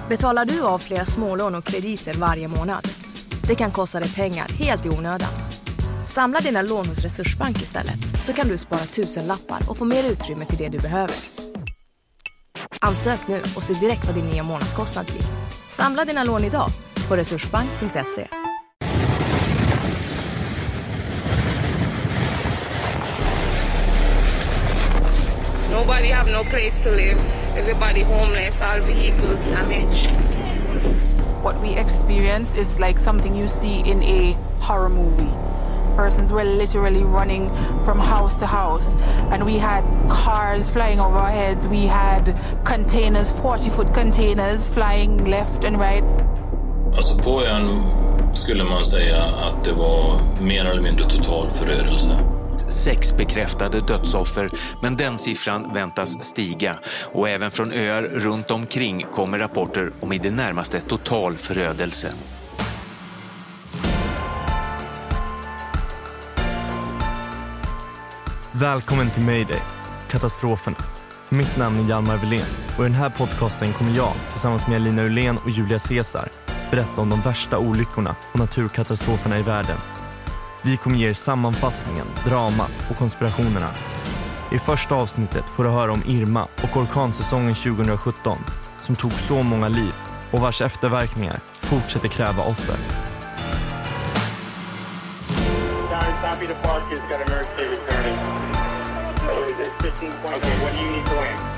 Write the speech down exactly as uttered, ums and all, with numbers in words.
Betalar du av flera smålån och krediter varje månad? Det kan kosta dig pengar helt i onödan. Samla dina lån hos Resursbank istället, så kan du spara tusen lappar och få mer utrymme till det du behöver. Ansök nu och se direkt vad din nya månadskostnad blir. Samla dina lån idag på resursbank punkt se. Nobody have no place to live. Everybody homeless, all vehicles damaged. What we experienced is like something you see in a horror movie. Persons were literally running from house to house, and we had cars flying over our heads. We had containers, forty foot containers flying left and right. Alltså på ön skulle man säga att det var mer eller mindre total förödelse. Sex bekräftade dödsoffer, men den siffran väntas stiga. Och även från öar runt omkring kommer rapporter om i det närmaste total förödelse. Välkommen till Mayday, katastroferna. Mitt namn är Hjalmar Wilén och i den här podcasten kommer jag tillsammans med Lina Ullén och Julia Caesar berätta om de värsta olyckorna och naturkatastroferna i världen. Vi kommer ge er sammanfattningen, dramat och konspirationerna. I första avsnittet får du höra om Irma och orkansäsongen tjugohundrasjutton som tog så många liv och vars efterverkningar fortsätter kräva offer. Copy the park has got emergency returning. So it's fifteen point. Okay, what do you need to win?